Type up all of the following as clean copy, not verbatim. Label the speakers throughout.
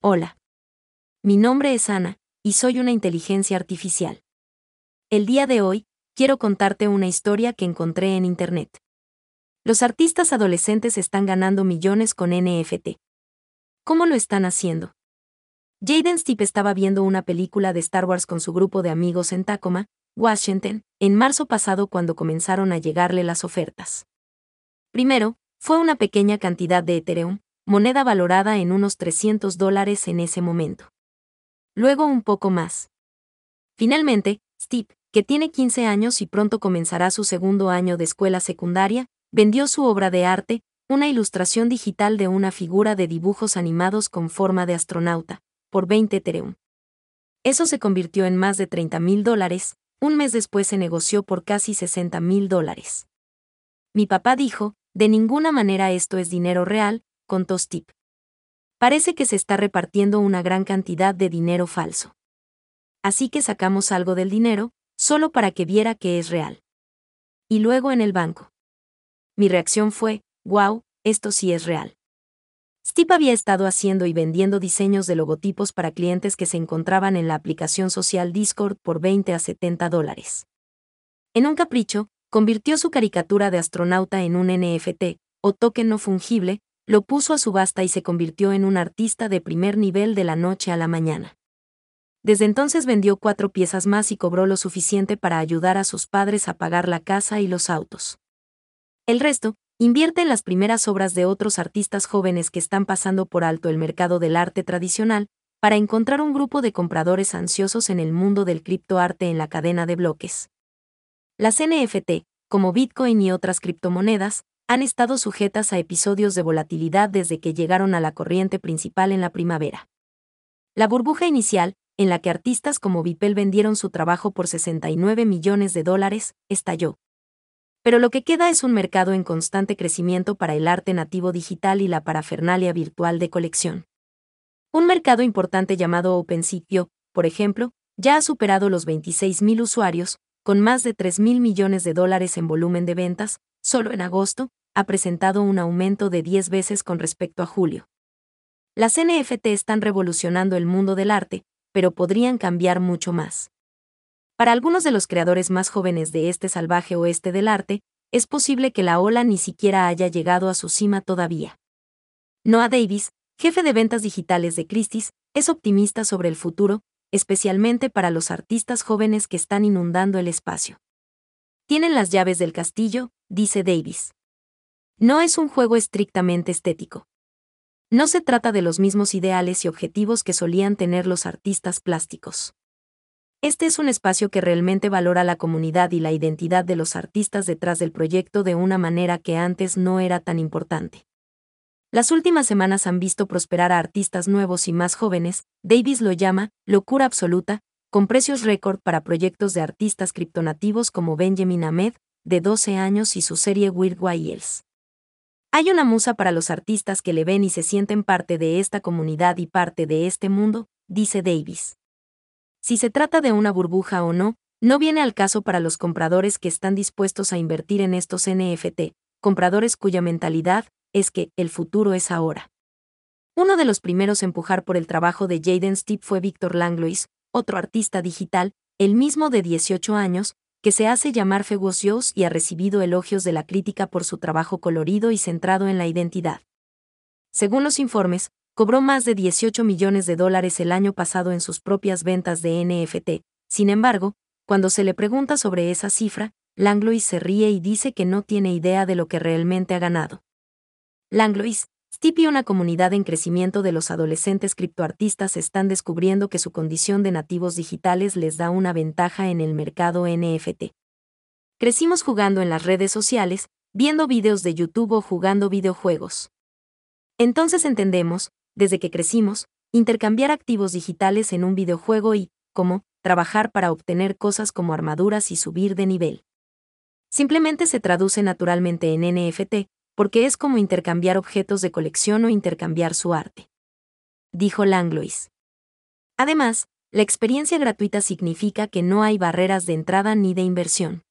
Speaker 1: Hola. Mi nombre es Ana, y soy una inteligencia artificial. El día de hoy, quiero contarte una historia que encontré en Internet. Los artistas adolescentes están ganando millones con NFT. ¿Cómo lo están haciendo? Jaden Steep estaba viendo una película de Star Wars con su grupo de amigos en Tacoma, Washington, en marzo pasado cuando comenzaron a llegarle las ofertas. Primero, fue una pequeña cantidad de Ethereum, moneda valorada en unos $300 en ese momento. Luego un poco más. Finalmente, Steve, que tiene 15 años y pronto comenzará su segundo año de escuela secundaria, vendió su obra de arte, una ilustración digital de una figura de dibujos animados con forma de astronauta, por 20 Ethereum. Eso se convirtió en más de $30,000, un mes después se negoció por casi $60,000. Mi papá dijo, de ninguna manera esto es dinero real, contó Steve. Parece que se está repartiendo una gran cantidad de dinero falso. Así que sacamos algo del dinero, solo para que viera que es real. Y luego en el banco. Mi reacción fue, wow, esto sí es real. Steve había estado haciendo y vendiendo diseños de logotipos para clientes que se encontraban en la aplicación social Discord por $20 a $70. En un capricho, convirtió su caricatura de astronauta en un NFT, o token no fungible, lo puso a subasta y se convirtió en un artista de primer nivel de la noche a la mañana. Desde entonces vendió 4 piezas más y cobró lo suficiente para ayudar a sus padres a pagar la casa y los autos. El resto, invierte en las primeras obras de otros artistas jóvenes que están pasando por alto el mercado del arte tradicional, para encontrar un grupo de compradores ansiosos en el mundo del criptoarte en la cadena de bloques. Las NFT, como Bitcoin y otras criptomonedas, han estado sujetas a episodios de volatilidad desde que llegaron a la corriente principal en la primavera. La burbuja inicial, en la que artistas como Beeple vendieron su trabajo por $69 millones, estalló. Pero lo que queda es un mercado en constante crecimiento para el arte nativo digital y la parafernalia virtual de colección. Un mercado importante llamado OpenSea, por ejemplo, ya ha superado los 26,000 usuarios, con más de $3,000 millones en volumen de ventas, solo en agosto, ha presentado un aumento de 10 veces con respecto a julio. Las NFT están revolucionando el mundo del arte, pero podrían cambiar mucho más. Para algunos de los creadores más jóvenes de este salvaje oeste del arte, es posible que la ola ni siquiera haya llegado a su cima todavía. Noah Davis, jefe de ventas digitales de Christie's, es optimista sobre el futuro, especialmente para los artistas jóvenes que están inundando el espacio. Tienen las llaves del castillo, dice Davis. No es un juego estrictamente estético. No se trata de los mismos ideales y objetivos que solían tener los artistas plásticos. Este es un espacio que realmente valora la comunidad y la identidad de los artistas detrás del proyecto de una manera que antes no era tan importante. Las últimas semanas han visto prosperar a artistas nuevos y más jóvenes, Davis lo llama locura absoluta, con precios récord para proyectos de artistas criptonativos como Benjamin Ahmed, de 12 años y su serie Weird Whales. Hay una musa para los artistas que le ven y se sienten parte de esta comunidad y parte de este mundo, dice Davis. Si se trata de una burbuja o no, no viene al caso para los compradores que están dispuestos a invertir en estos NFT, compradores cuya mentalidad es que el futuro es ahora. Uno de los primeros a empujar por el trabajo de Jaden Steep fue Victor Langlois, otro artista digital, el mismo de 18 años, que se hace llamar Fegocious y ha recibido elogios de la crítica por su trabajo colorido y centrado en la identidad. Según los informes, cobró más de $18 millones el año pasado en sus propias ventas de NFT. Sin embargo, cuando se le pregunta sobre esa cifra, Langlois se ríe y dice que no tiene idea de lo que realmente ha ganado. Langlois, Steep y una comunidad en crecimiento de los adolescentes criptoartistas están descubriendo que su condición de nativos digitales les da una ventaja en el mercado NFT. Crecimos jugando en las redes sociales, viendo videos de YouTube o jugando videojuegos. Entonces entendemos, desde que crecimos, intercambiar activos digitales en un videojuego y, como, trabajar para obtener cosas como armaduras y subir de nivel. Simplemente se traduce naturalmente en NFT, porque es como intercambiar objetos de colección o intercambiar su arte. Dijo Langlois. Además, la experiencia gratuita significa que no hay barreras de entrada ni de inversión.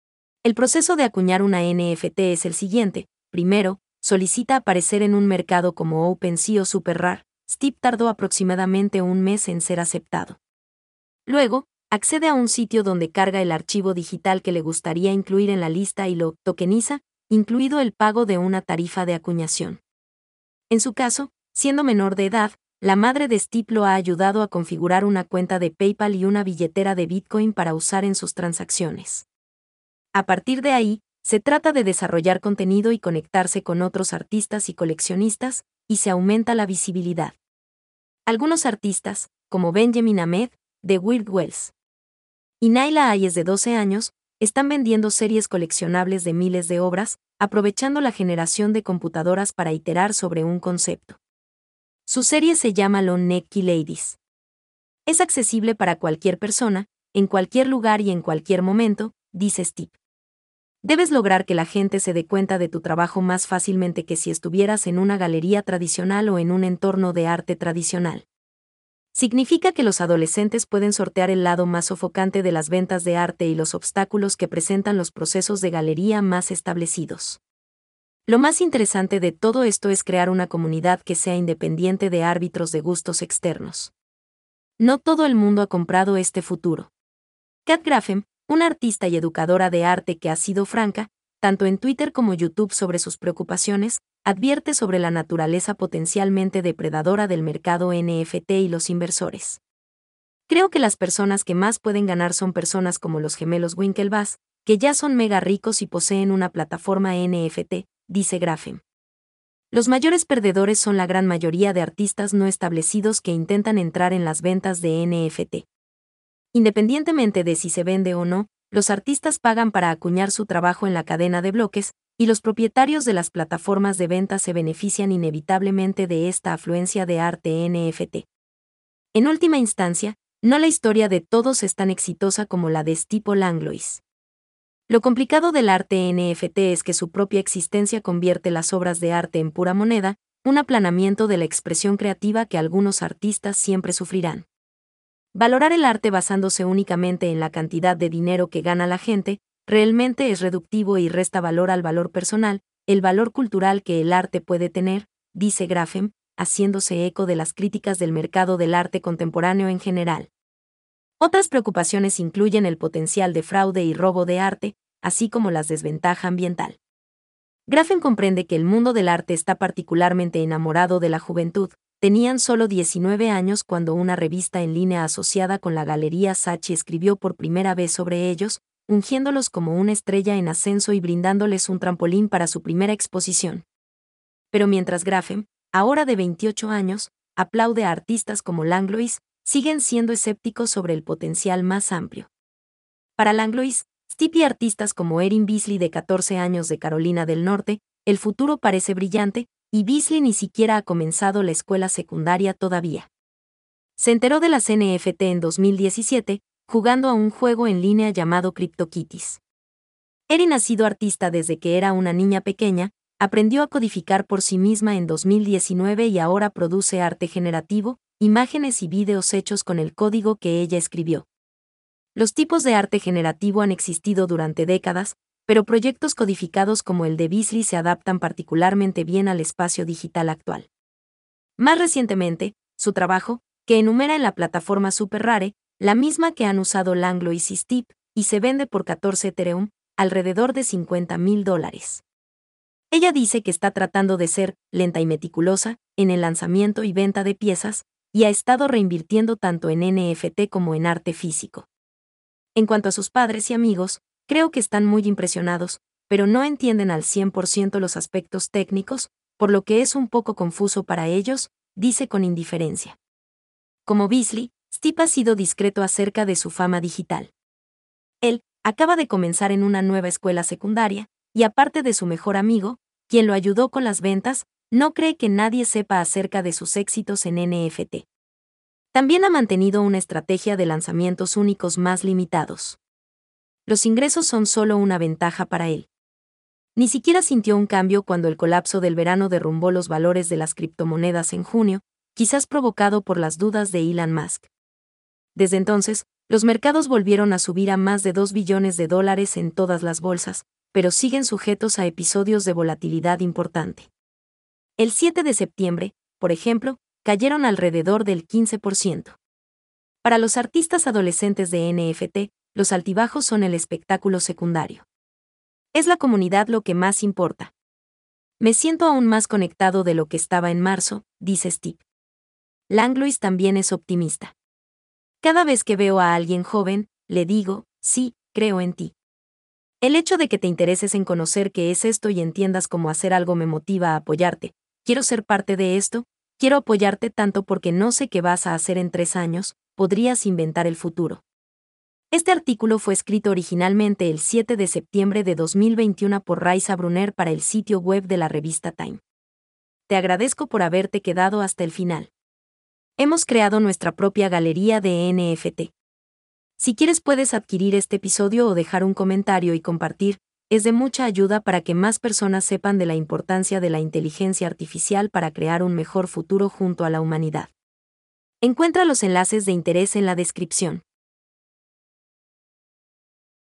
Speaker 1: El proceso de acuñar una NFT es el siguiente: primero, solicita aparecer en un mercado como OpenSea o SuperRare, Steve tardó aproximadamente un mes en ser aceptado. Luego, accede a un sitio donde carga el archivo digital que le gustaría incluir en la lista y lo tokeniza, incluido el pago de una tarifa de acuñación. En su caso, siendo menor de edad, la madre de Steve lo ha ayudado a configurar una cuenta de PayPal y una billetera de Bitcoin para usar en sus transacciones. A partir de ahí, se trata de desarrollar contenido y conectarse con otros artistas y coleccionistas, y se aumenta la visibilidad. Algunos artistas, como Benjamin Ahmed, de Weird Wells, y Naila Hayes de 12 años, están vendiendo series coleccionables de miles de obras, aprovechando la generación de computadoras para iterar sobre un concepto. Su serie se llama Long Neck Ladies. Es accesible para cualquier persona, en cualquier lugar y en cualquier momento, dice Steve. Debes lograr que la gente se dé cuenta de tu trabajo más fácilmente que si estuvieras en una galería tradicional o en un entorno de arte tradicional. Significa que los adolescentes pueden sortear el lado más sofocante de las ventas de arte y los obstáculos que presentan los procesos de galería más establecidos. Lo más interesante de todo esto es crear una comunidad que sea independiente de árbitros de gustos externos. No todo el mundo ha comprado este futuro. Kat Grafem, una artista y educadora de arte que ha sido franca, tanto en Twitter como YouTube sobre sus preocupaciones, advierte sobre la naturaleza potencialmente depredadora del mercado NFT y los inversores. Creo que las personas que más pueden ganar son personas como los gemelos Winklevoss, que ya son mega ricos y poseen una plataforma NFT, dice Grafem. Los mayores perdedores son la gran mayoría de artistas no establecidos que intentan entrar en las ventas de NFT. Independientemente de si se vende o no, los artistas pagan para acuñar su trabajo en la cadena de bloques, y los propietarios de las plataformas de venta se benefician inevitablemente de esta afluencia de arte NFT. En última instancia, no la historia de todos es tan exitosa como la de Steve Langlois. Lo complicado del arte NFT es que su propia existencia convierte las obras de arte en pura moneda, un aplanamiento de la expresión creativa que algunos artistas siempre sufrirán. Valorar el arte basándose únicamente en la cantidad de dinero que gana la gente, realmente es reductivo y resta valor al valor personal, el valor cultural que el arte puede tener, dice Grafem, haciéndose eco de las críticas del mercado del arte contemporáneo en general. Otras preocupaciones incluyen el potencial de fraude y robo de arte, así como la desventaja ambiental. Grafem comprende que el mundo del arte está particularmente enamorado de la juventud. Tenían solo 19 años cuando una revista en línea asociada con la Galería Saatchi escribió por primera vez sobre ellos, ungiéndolos como una estrella en ascenso y brindándoles un trampolín para su primera exposición. Pero mientras Grafem, ahora de 28 años, aplaude a artistas como Langlois, siguen siendo escépticos sobre el potencial más amplio. Para Langlois, Steve y artistas como Erin Beasley de 14 años de Carolina del Norte, el futuro parece brillante, y Beasley ni siquiera ha comenzado la escuela secundaria todavía. Se enteró de las NFT en 2017, jugando a un juego en línea llamado CryptoKitties. Erin ha sido artista desde que era una niña pequeña, aprendió a codificar por sí misma en 2019 y ahora produce arte generativo, imágenes y vídeos hechos con el código que ella escribió. Los tipos de arte generativo han existido durante décadas, pero proyectos codificados como el de Beasley se adaptan particularmente bien al espacio digital actual. Más recientemente, su trabajo, que enumera en la plataforma SuperRare, la misma que han usado Langlois y Steve, y se vende por 14 Ethereum, alrededor de $50,000. Ella dice que está tratando de ser lenta y meticulosa en el lanzamiento y venta de piezas, y ha estado reinvirtiendo tanto en NFT como en arte físico. En cuanto a sus padres y amigos, creo que están muy impresionados, pero no entienden al 100% los aspectos técnicos, por lo que es un poco confuso para ellos, dice con indiferencia. Como Beasley, Steve ha sido discreto acerca de su fama digital. Él acaba de comenzar en una nueva escuela secundaria, y aparte de su mejor amigo, quien lo ayudó con las ventas, no cree que nadie sepa acerca de sus éxitos en NFT. También ha mantenido una estrategia de lanzamientos únicos más limitados. Los ingresos son solo una ventaja para él. Ni siquiera sintió un cambio cuando el colapso del verano derrumbó los valores de las criptomonedas en junio, quizás provocado por las dudas de Elon Musk. Desde entonces, los mercados volvieron a subir a más de $2 billones en todas las bolsas, pero siguen sujetos a episodios de volatilidad importante. El 7 de septiembre, por ejemplo, cayeron alrededor del 15%. Para los artistas adolescentes de NFT, los altibajos son el espectáculo secundario. Es la comunidad lo que más importa. Me siento aún más conectado de lo que estaba en marzo, dice Steve. Langlois también es optimista. Cada vez que veo a alguien joven, le digo, sí, creo en ti. El hecho de que te intereses en conocer qué es esto y entiendas cómo hacer algo me motiva a apoyarte. Quiero ser parte de esto, quiero apoyarte tanto porque no sé qué vas a hacer en 3 años, podrías inventar el futuro. Este artículo fue escrito originalmente el 7 de septiembre de 2021 por Raisa Brunner para el sitio web de la revista Time. Te agradezco por haberte quedado hasta el final. Hemos creado nuestra propia galería de NFT. Si quieres puedes adquirir este episodio o dejar un comentario y compartir, es de mucha ayuda para que más personas sepan de la importancia de la inteligencia artificial para crear un mejor futuro junto a la humanidad. Encuentra los enlaces de interés en la descripción.